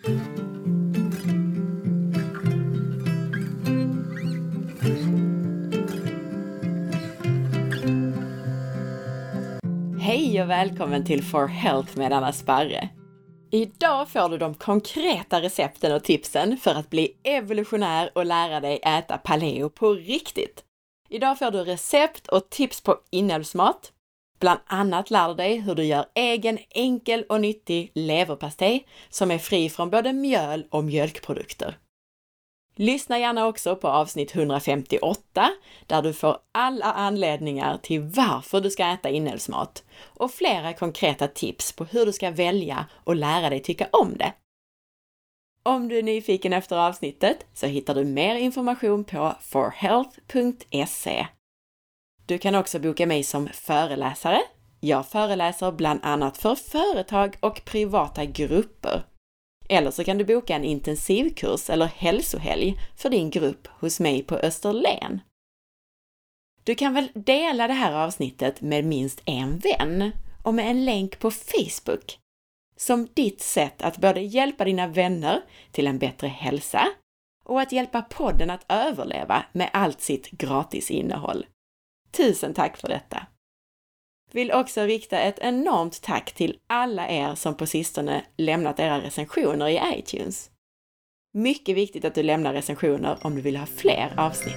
Hej och välkommen till For Health med Anna Sparre. Idag får du de konkreta recepten och tipsen för att bli evolutionär och lära dig äta paleo på riktigt. Idag får du recept och tips på inälvsmat. Bland annat lär du dig hur du gör egen enkel och nyttig leverpastej som är fri från både mjöl och mjölkprodukter. Lyssna gärna också på avsnitt 158 där du får alla anledningar till varför du ska äta inälvsmat och flera konkreta tips på hur du ska välja och lära dig tycka om det. Om du är nyfiken efter avsnittet så hittar du mer information på forhealth.se. Du kan också boka mig som föreläsare. Jag föreläser bland annat för företag och privata grupper. Eller så kan du boka en intensivkurs eller hälsohelg för din grupp hos mig på Österlen. Du kan väl dela det här avsnittet med minst en vän och med en länk på Facebook som ditt sätt att både hjälpa dina vänner till en bättre hälsa och att hjälpa podden att överleva med allt sitt gratis innehåll. Tusen tack för detta! Vill också rikta ett enormt tack till alla er som på sistone lämnat era recensioner i iTunes. Mycket viktigt att du lämnar recensioner om du vill ha fler avsnitt.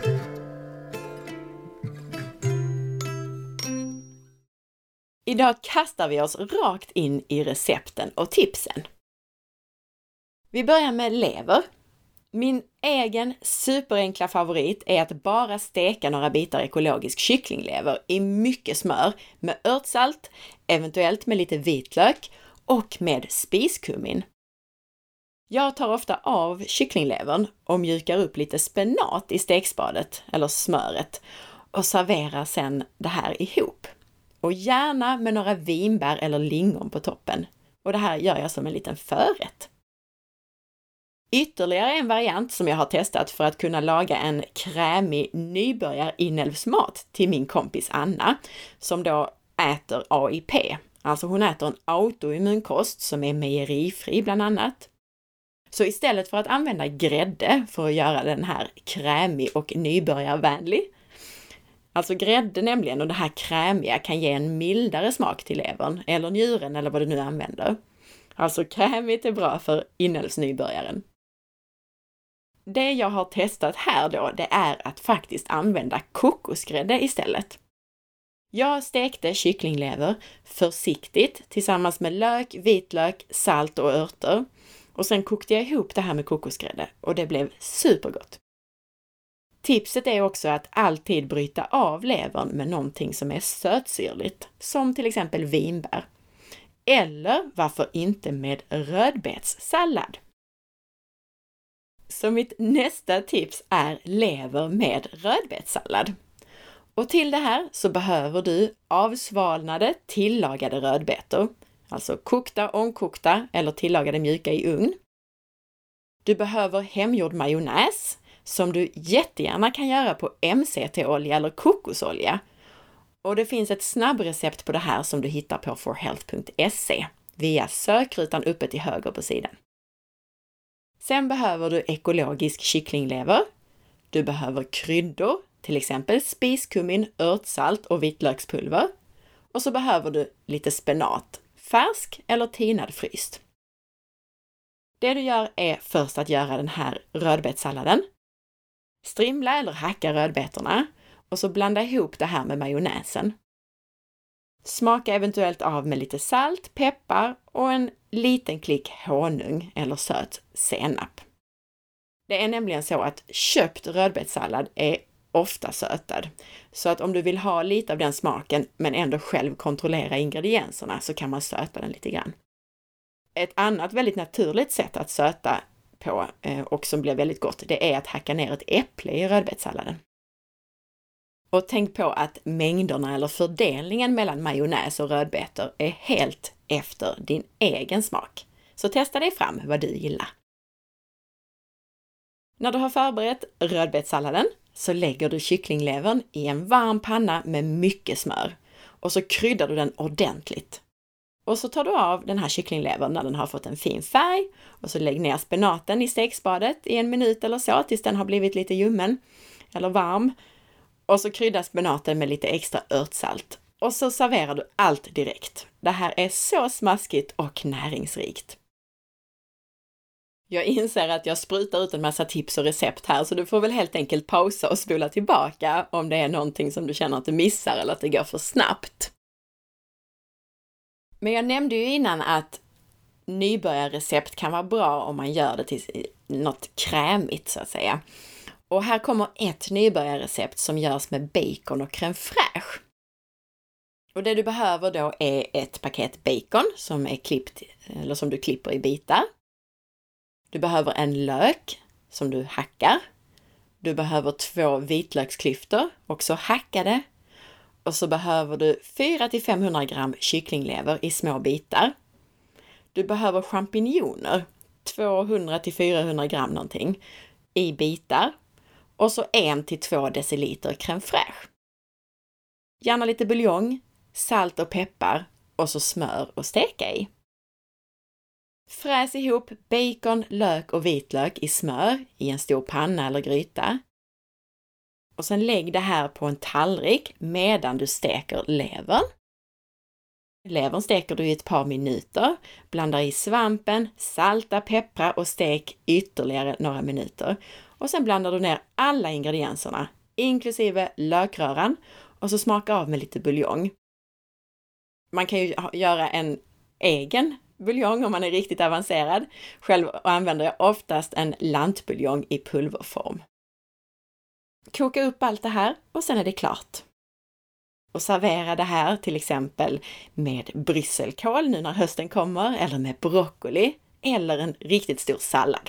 Idag kastar vi oss rakt in i recepten och tipsen. Vi börjar med lever. Min egen superenkla favorit är att bara steka några bitar ekologisk kycklinglever i mycket smör med örtsalt, eventuellt med lite vitlök och med spiskummin. Jag tar ofta av kycklinglevern och mjukar upp lite spenat i stekspadet eller smöret och serverar sedan det här ihop. Och gärna med några vinbär eller lingon på toppen. Och det här gör jag som en liten förrätt. Ytterligare en variant som jag har testat för att kunna laga en krämig nybörjarinälvsmat till min kompis Anna som då äter AIP. Alltså hon äter en autoimmunkost som är mejerifri bland annat. Så istället för att använda grädde för att göra den här krämig och nybörjarvänlig. Alltså grädde nämligen och det här krämiga kan ge en mildare smak till levern eller njuren eller vad du nu använder. Alltså krämigt är bra för inälvsnybörjaren. Det jag har testat här då, det är att faktiskt använda kokosgrädde istället. Jag stekte kycklinglever försiktigt tillsammans med lök, vitlök, salt och örter. Och sen kokte jag ihop det här med kokosgrädde och det blev supergott. Tipset är också att alltid bryta av levern med någonting som är sötsyrligt, som till exempel vinbär. Eller varför inte med rödbetssallad? Så mitt nästa tips är lever med rödbetssallad. Och till det här så behöver du avsvalnade tillagade rödbetor, alltså kokta, ångkokta eller tillagade mjuka i ugn. Du behöver hemgjord majonnäs som du jättegärna kan göra på MCT-olja eller kokosolja. Och det finns ett snabbrecept på det här som du hittar på forhealth.se via sökrutan uppe till höger på sidan. Sen behöver du ekologisk kycklinglever. Du behöver kryddor, till exempel spiskummin, örtsalt och vitlökspulver. Och så behöver du lite spenat, färsk eller tinad fryst. Det du gör är först att göra den här rödbetssalladen. Strimla eller hacka rödbetorna och så blanda ihop det här med majonnäsen. Smaka eventuellt av med lite salt, peppar och en liten klick honung eller söt senap. Det är nämligen så att köpt rödbetssallad är ofta sötad. Så att om du vill ha lite av den smaken men ändå själv kontrollera ingredienserna så kan man söta den lite grann. Ett annat väldigt naturligt sätt att söta på och som blir väldigt gott, det är att hacka ner ett äpple i rödbetssalladen. Och tänk på att mängderna eller fördelningen mellan majonnäs och rödbetor är helt efter din egen smak. Så testa dig fram vad du gillar. När du har förberett rödbetssalladen så lägger du kycklinglevern i en varm panna med mycket smör och så kryddar du den ordentligt. Och så tar du av den här kycklinglevern när den har fått en fin färg och så lägg ner spenaten i stekspadet i 1 minut eller så tills den har blivit lite ljummen eller varm. Och så krydda spenaten med lite extra örtsalt. Och så serverar du allt direkt. Det här är så smaskigt och näringsrikt. Jag inser att jag sprutar ut en massa tips och recept här, så du får väl helt enkelt pausa och spola tillbaka om det är någonting som du känner att du missar eller att det går för snabbt. Men jag nämnde ju innan att nybörjarrecept kan vara bra om man gör det till något krämigt så att säga. Och här kommer ett nybörjarrecept som görs med bacon och crème fraîche. Och det du behöver då är ett paket bacon som är klippt eller som du klipper i bitar. Du behöver en lök som du hackar. Du behöver 2 vitlöksklyftor, också hackade. Och så behöver du 400-500 gram kycklinglever i små bitar. Du behöver champinjoner, 200-400 gram någonting, i bitar. Och så 1-2 deciliter crème fraîche. Gärna lite buljong, salt och peppar och så smör och steka i. Fräs ihop bacon, lök och vitlök i smör i en stor panna eller gryta. Och sen lägg det här på en tallrik medan du steker levern. Levern steker du i ett par minuter, blandar i svampen, salta, peppra och stek ytterligare några minuter. Och sen blandar du ner alla ingredienserna, inklusive lökröran, och så smaka av med lite buljong. Man kan ju göra en egen buljong om man är riktigt avancerad. Själv använder jag oftast en lantbuljong i pulverform. Koka upp allt det här och sen är det klart. Och servera det här till exempel med brysselkål nu när hösten kommer, eller med broccoli, eller en riktigt stor sallad.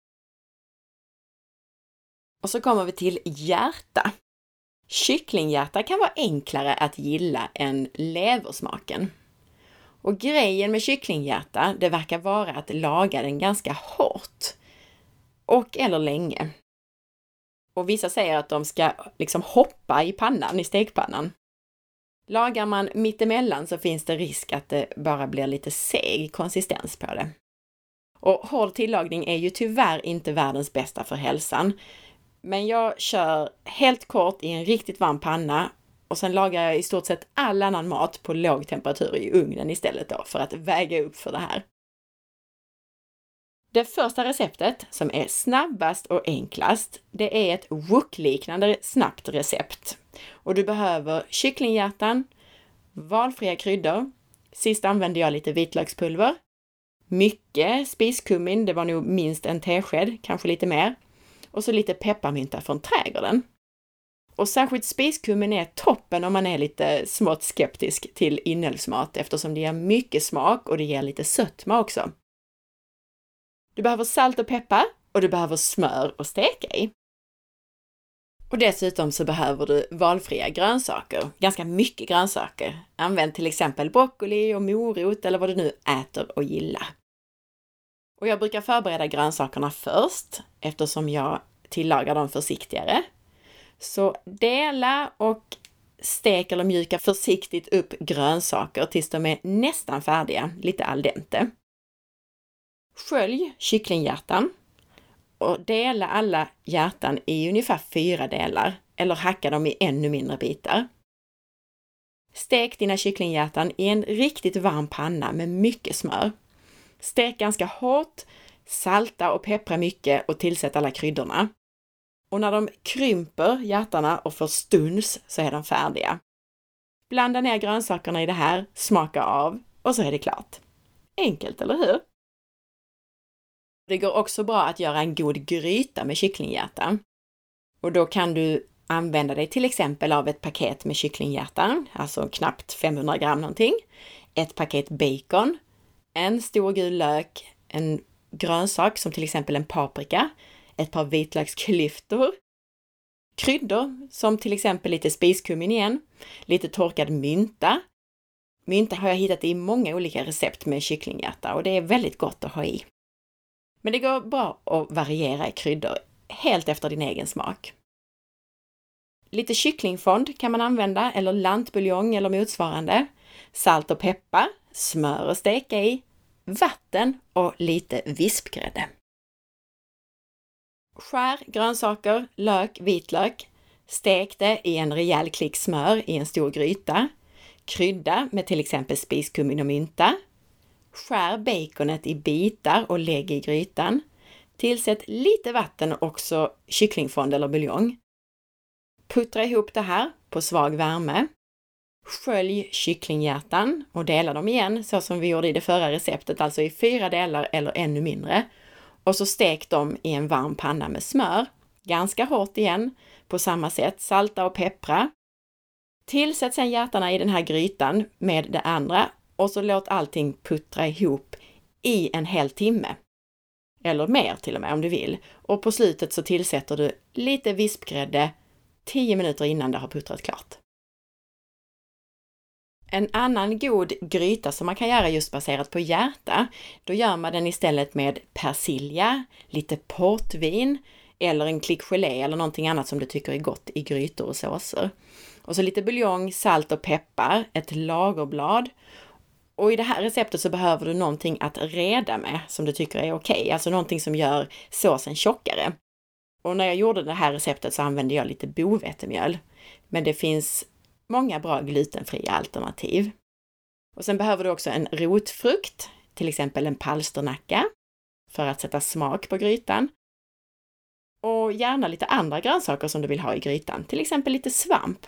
Och så kommer vi till hjärta. Kycklinghjärta kan vara enklare att gilla än leversmaken. Och grejen med kycklinghjärta, det verkar vara att laga den ganska hårt och eller länge. Och vissa säger att de ska liksom hoppa i pannan, i stekpannan. Lagar man mittemellan så finns det risk att det bara blir lite seg konsistens på det. Och hård tillagning är ju tyvärr inte världens bästa för hälsan. Men jag kör helt kort i en riktigt varm panna och sen lagar jag i stort sett all annan mat på låg temperatur i ugnen istället då för att väga upp för det här. Det första receptet som är snabbast och enklast, det är ett wok-liknande snabbt recept. Och du behöver kycklinghjärtan, valfria kryddor, sist använde jag lite vitlökspulver, mycket spiskummin, det var nog minst en tesked, kanske lite mer, och så lite pepparmynta från trädgården. Och särskilt spiskummin är toppen om man är lite smått skeptisk till inälvsmat eftersom det ger mycket smak och det ger lite sötma också. Du behöver salt och peppar och du behöver smör och steka i. Och dessutom så behöver du valfria grönsaker, ganska mycket grönsaker. Använd till exempel broccoli och morot eller vad du nu äter och gillar. Och jag brukar förbereda grönsakerna först eftersom jag tillagar dem försiktigare. Så dela och stek eller mjuka försiktigt upp grönsaker tills de är nästan färdiga, lite al dente. Skölj kycklinghjärtan och dela alla hjärtan i ungefär 4 delar eller hacka dem i ännu mindre bitar. Stek dina kycklinghjärtan i en riktigt varm panna med mycket smör. Stek ganska hårt, salta och peppra mycket och tillsätt alla kryddorna. Och när de krymper hjärtarna och får stuns så är de färdiga. Blanda ner grönsakerna i det här, smaka av och så är det klart. Enkelt, eller hur? Det går också bra att göra en god gryta med kycklinghjärtan. Och då kan du använda dig till exempel av ett paket med kycklinghjärtan, alltså knappt 500 gram någonting, ett paket bacon, en stor gul lök, en grönsak som till exempel en paprika, ett par vitlöksklyftor, kryddor som till exempel lite spiskummin igen, lite torkad mynta. Mynta har jag hittat i många olika recept med kycklinghjärta och det är väldigt gott att ha i. Men det går bra att variera i kryddor helt efter din egen smak. Lite kycklingfond kan man använda eller lantbuljong eller motsvarande. Salt och peppar, smör att steka i, vatten och lite vispgrädde. Skär grönsaker, lök, vitlök. Stek det i en rejäl klick smör i en stor gryta. Krydda med till exempel spiskummin och mynta. Skär baconet i bitar och lägg i grytan. Tillsätt lite vatten och också kycklingfond eller buljong. Puttra ihop det här på svag värme. Skölj kycklinghjärtan och dela dem igen så som vi gjorde i det förra receptet, alltså i 4 delar eller ännu mindre. Och så stek dem i en varm panna med smör. Ganska hårt igen. På samma sätt, salta och peppra. Tillsätt sedan hjärtarna i den här grytan med det andra och så låt allting puttra ihop i en hel timme. Eller mer till och med om du vill. Och på slutet så tillsätter du lite vispgrädde 10 minuter innan det har puttrat klart. En annan god gryta som man kan göra just baserat på hjärta, då gör man den istället med persilja, lite portvin eller en klick gelé eller någonting annat som du tycker är gott i grytor och såser. Och så lite buljong, salt och peppar, ett lagerblad. Och i det här receptet så behöver du någonting att reda med som du tycker är okej, alltså någonting som gör såsen tjockare. Och när jag gjorde det här receptet så använde jag lite bovetemjöl. Men det finns många bra glutenfria alternativ. Och sen behöver du också en rotfrukt, till exempel en palsternacka, för att sätta smak på grytan. Och gärna lite andra grönsaker som du vill ha i grytan, till exempel lite svamp.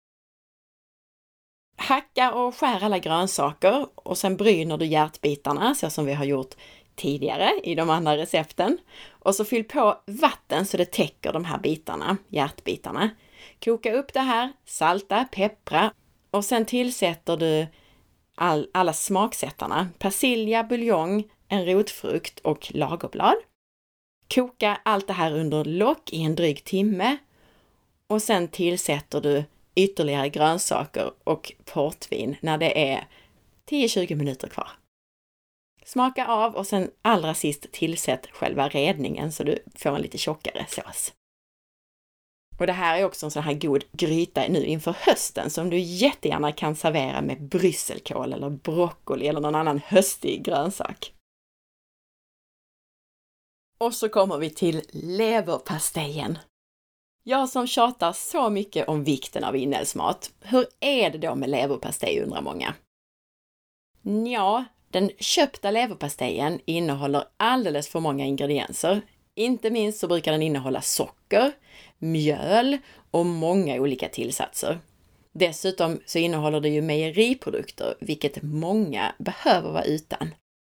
Hacka och skär alla grönsaker och sen bryner du hjärtbitarna så som vi har gjort tidigare i de andra recepten. Och så fyll på vatten så det täcker de här bitarna, hjärtbitarna. Koka upp det här, salta, peppra och sen tillsätter du alla smaksättarna. Persilja, buljong, en rotfrukt och lagerblad. Koka allt det här under lock i en dryg timme och sen tillsätter du ytterligare grönsaker och portvin när det är 10-20 minuter kvar. Smaka av och sen allra sist tillsätt själva redningen så du får en lite tjockare sås. Och det här är också en sån här god gryta nu inför hösten som du jättegärna kan servera med brysselkål eller broccoli eller någon annan höstig grönsak. Och så kommer vi till leverpastejen. Jag som tjatar så mycket om vikten av inälvsmat. Hur är det då med leverpastej undrar många? Ja, den köpta leverpastejen innehåller alldeles för många ingredienser. Inte minst så brukar den innehålla socker, mjöl och många olika tillsatser. Dessutom så innehåller det ju mejeriprodukter, vilket många behöver vara utan.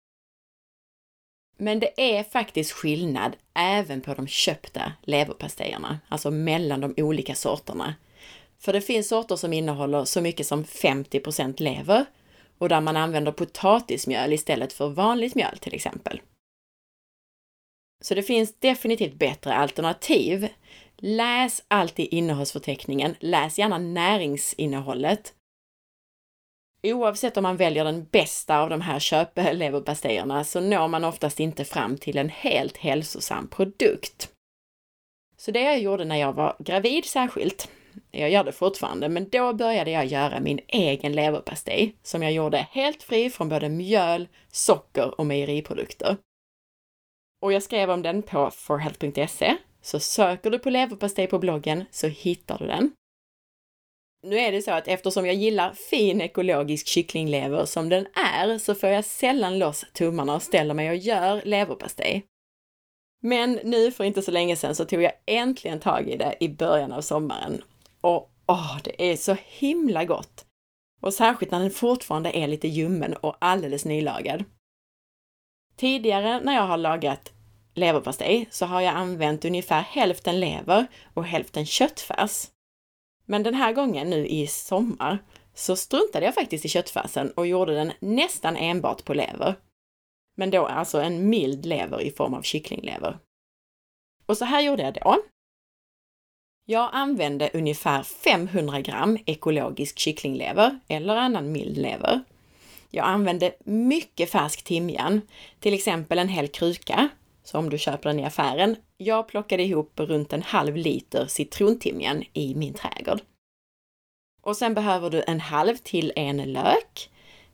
Men det är faktiskt skillnad även på de köpta leverpastejerna, alltså mellan de olika sorterna. För det finns sorter som innehåller så mycket som 50% lever och där man använder potatismjöl istället för vanligt mjöl till exempel. Så det finns definitivt bättre alternativ. Läs alltid innehållsförteckningen, läs gärna näringsinnehållet. Oavsett om man väljer den bästa av de här köpleverpastejerna så når man oftast inte fram till en helt hälsosam produkt. Så det jag gjorde när jag var gravid särskilt, jag gör det fortfarande, men då började jag göra min egen leverpastej som jag gjorde helt fri från både mjöl, socker och mejeriprodukter. Och jag skrev om den på forhealth.se, så söker du på leverpastej på bloggen så hittar du den. Nu är det så att eftersom jag gillar fin ekologisk kycklinglever som den är så får jag sällan loss tummarna och ställer mig och gör leverpastej. Men nu för inte så länge sedan så tog jag äntligen tag i det i början av sommaren. Och det är så himla gott! Och särskilt när den fortfarande är lite ljummen och alldeles nylagad. Tidigare när jag har lagat leverpastej så har jag använt ungefär hälften lever och hälften köttfärs. Men den här gången nu i sommar så struntade jag faktiskt i köttfärsen och gjorde den nästan enbart på lever. Men då alltså en mild lever i form av kycklinglever. Och så här gjorde jag då. Jag använde ungefär 500 gram ekologisk kycklinglever eller annan mild lever. Jag använde mycket färsk timjan, till exempel en hel kruka, så om du köper den i affären. Jag plockade ihop runt 1/2 liter citrontimjan i min trädgård. Och sen behöver du 1/2 till 1 lök,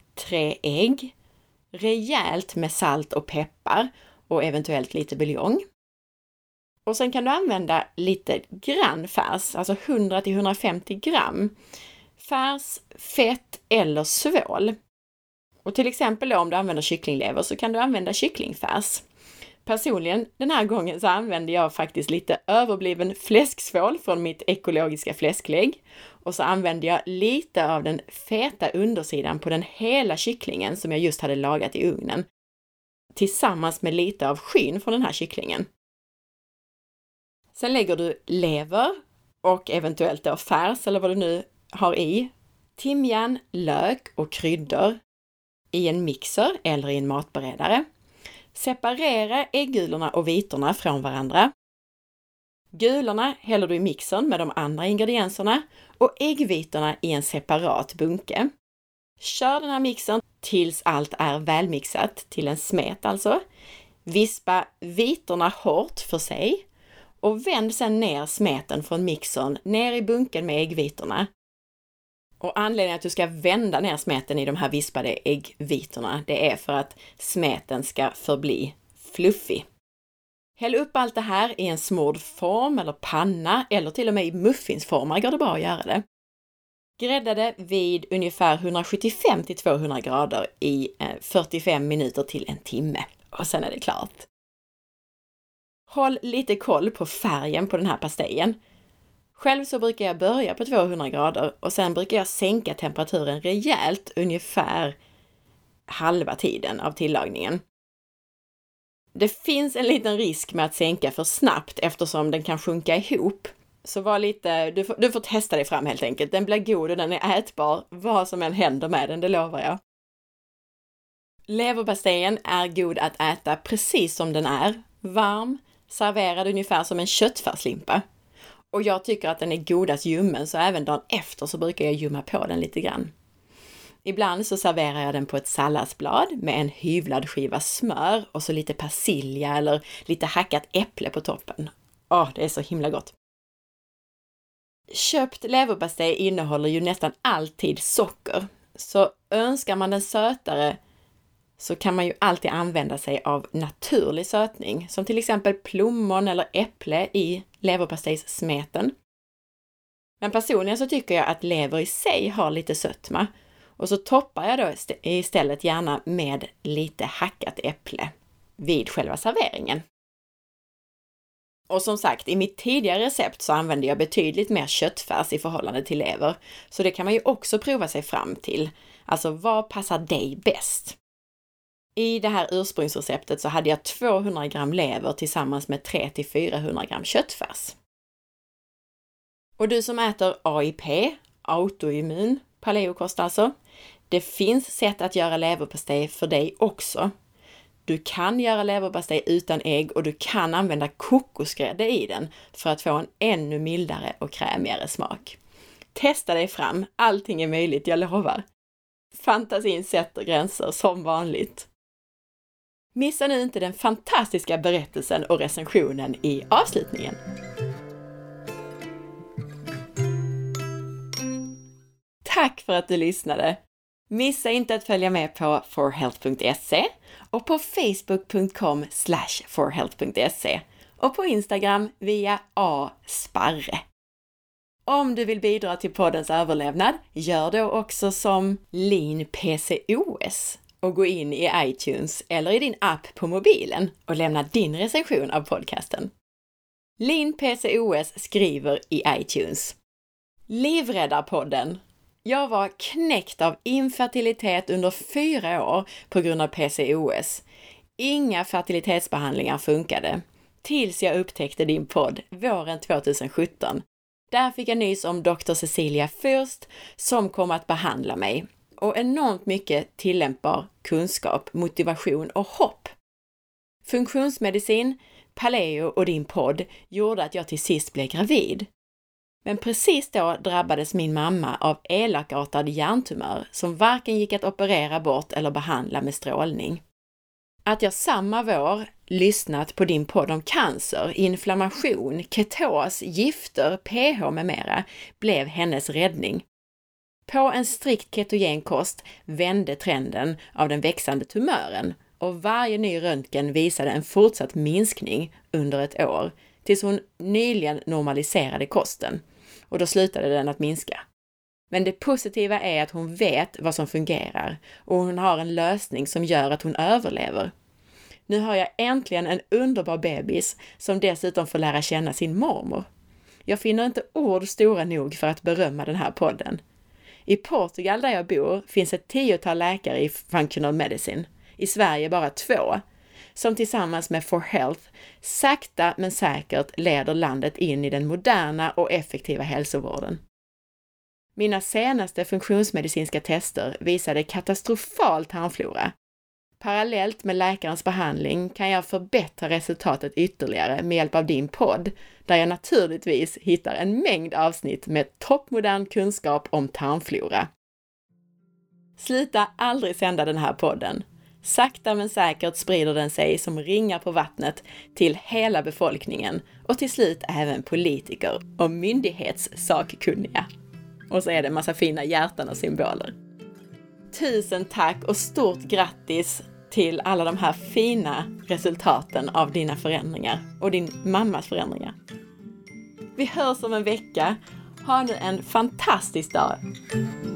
3 ägg, rejält med salt och peppar och eventuellt lite buljong. Och sen kan du använda lite grann färs, alltså 100-150 gram färs, fett eller svål. Och till exempel då, om du använder kycklinglever så kan du använda kycklingfärs. Personligen den här gången så använde jag faktiskt lite överbliven fläsksvål från mitt ekologiska fläsklägg. Och så använde jag lite av den feta undersidan på den hela kycklingen som jag just hade lagat i ugnen. Tillsammans med lite av skyn från den här kycklingen. Sen lägger du lever och eventuellt då färs eller vad du nu har i, timjan, lök och kryddor i en mixer eller i en matberedare. Separera äggulorna och vitorna från varandra. Gulorna häller du i mixern med de andra ingredienserna och äggvitorna i en separat bunke. Kör den här mixern tills allt är välmixat till en smet alltså. Vispa vitorna hårt för sig och vänd sedan ner smeten från mixern ner i bunken med äggvitorna. Och anledningen att du ska vända ner smeten i de här vispade äggvitorna, det är för att smeten ska förbli fluffig. Häll upp allt det här i en smord form eller panna eller till och med i muffinsformar går det bra att göra det. Grädda det vid ungefär 175-200 grader i 45 minuter till en timme. Och sen är det klart. Håll lite koll på färgen på den här pastejen. Själv så brukar jag börja på 200 grader och sen brukar jag sänka temperaturen rejält ungefär halva tiden av tillagningen. Det finns en liten risk med att sänka för snabbt eftersom den kan sjunka ihop. Så var lite, du får testa dig fram helt enkelt. Den blir god och den är ätbar vad som än händer med den, det lovar jag. Leverpastejen är god att äta precis som den är. Varm, serverad ungefär som en köttfärslimpa. Och jag tycker att den är godast ljummen så även dagen efter så brukar jag ljumma på den lite grann. Ibland så serverar jag den på ett salladsblad med en hyvlad skiva smör och så lite persilja eller lite hackat äpple på toppen. Det är så himla gott. Köpt leverpastej innehåller ju nästan alltid socker. Så önskar man den sötare så kan man ju alltid använda sig av naturlig sötning. Som till exempel plommon eller äpple i leverpastejssmeten. Men personligen så tycker jag att lever i sig har lite sötma. Och så toppar jag då istället gärna med lite hackat äpple vid själva serveringen. Och som sagt, i mitt tidigare recept så använde jag betydligt mer köttfärs i förhållande till lever. Så det kan man ju också prova sig fram till. Alltså vad passar dig bäst? I det här ursprungsreceptet så hade jag 200 gram lever tillsammans med 300-400 gram köttfärs. Och du som äter AIP, autoimmun paleokost alltså, det finns sätt att göra leverpastej för dig också. Du kan göra leverpastej utan ägg och du kan använda kokosgrädde i den för att få en ännu mildare och krämigare smak. Testa dig fram, allting är möjligt, jag lovar. Fantasin sätter gränser som vanligt. Missa nu inte den fantastiska berättelsen och recensionen i avslutningen. Tack för att du lyssnade! Missa inte att följa med på forhealth.se och på facebook.com/forhealth.se och på Instagram via asparre. Om du vill bidra till poddens överlevnad, gör då också som Lean PCOS och gå in i iTunes eller i din app på mobilen och lämna din recension av podcasten. Lean PCOS skriver i iTunes. Livräddarpodden. Jag var knäckt av infertilitet under 4 år på grund av PCOS. Inga fertilitetsbehandlingar funkade. Tills jag upptäckte din podd våren 2017. Där fick jag nys om Dr. Cecilia Fürst som kom att behandla mig. Och enormt mycket tillämpbar kunskap, motivation och hopp. Funktionsmedicin, paleo och din podd gjorde att jag till sist blev gravid. Men precis då drabbades min mamma av elakartad hjärntumör som varken gick att operera bort eller behandla med strålning. Att jag samma vår lyssnat på din podd om cancer, inflammation, ketos, gifter, pH med mera blev hennes räddning. På en strikt ketogen kost vände trenden av den växande tumören och varje ny röntgen visade en fortsatt minskning under ett år tills hon nyligen normaliserade kosten och då slutade den att minska. Men det positiva är att hon vet vad som fungerar och hon har en lösning som gör att hon överlever. Nu har jag äntligen en underbar bebis som dessutom får lära känna sin mormor. Jag finner inte ord stora nog för att berömma den här podden. I Portugal där jag bor finns ett 10-tal läkare i Functional Medicine. I Sverige bara 2. Som tillsammans med For Health sakta men säkert leder landet in i den moderna och effektiva hälsovården. Mina senaste funktionsmedicinska tester visade katastrofal tarmflora. Parallellt med läkarens behandling kan jag förbättra resultatet ytterligare med hjälp av din podd, där jag naturligtvis hittar en mängd avsnitt med toppmodern kunskap om tarmflora. Sluta aldrig sända den här podden. Sakta men säkert sprider den sig som ringar på vattnet till hela befolkningen och till slut även politiker och myndighetssakkunniga. Och så är det en massa fina hjärtan och symboler. Tusen tack och stort grattis till alla de här fina resultaten av dina förändringar och din mammas förändringar. Vi hörs om en vecka. Ha nu en fantastisk dag!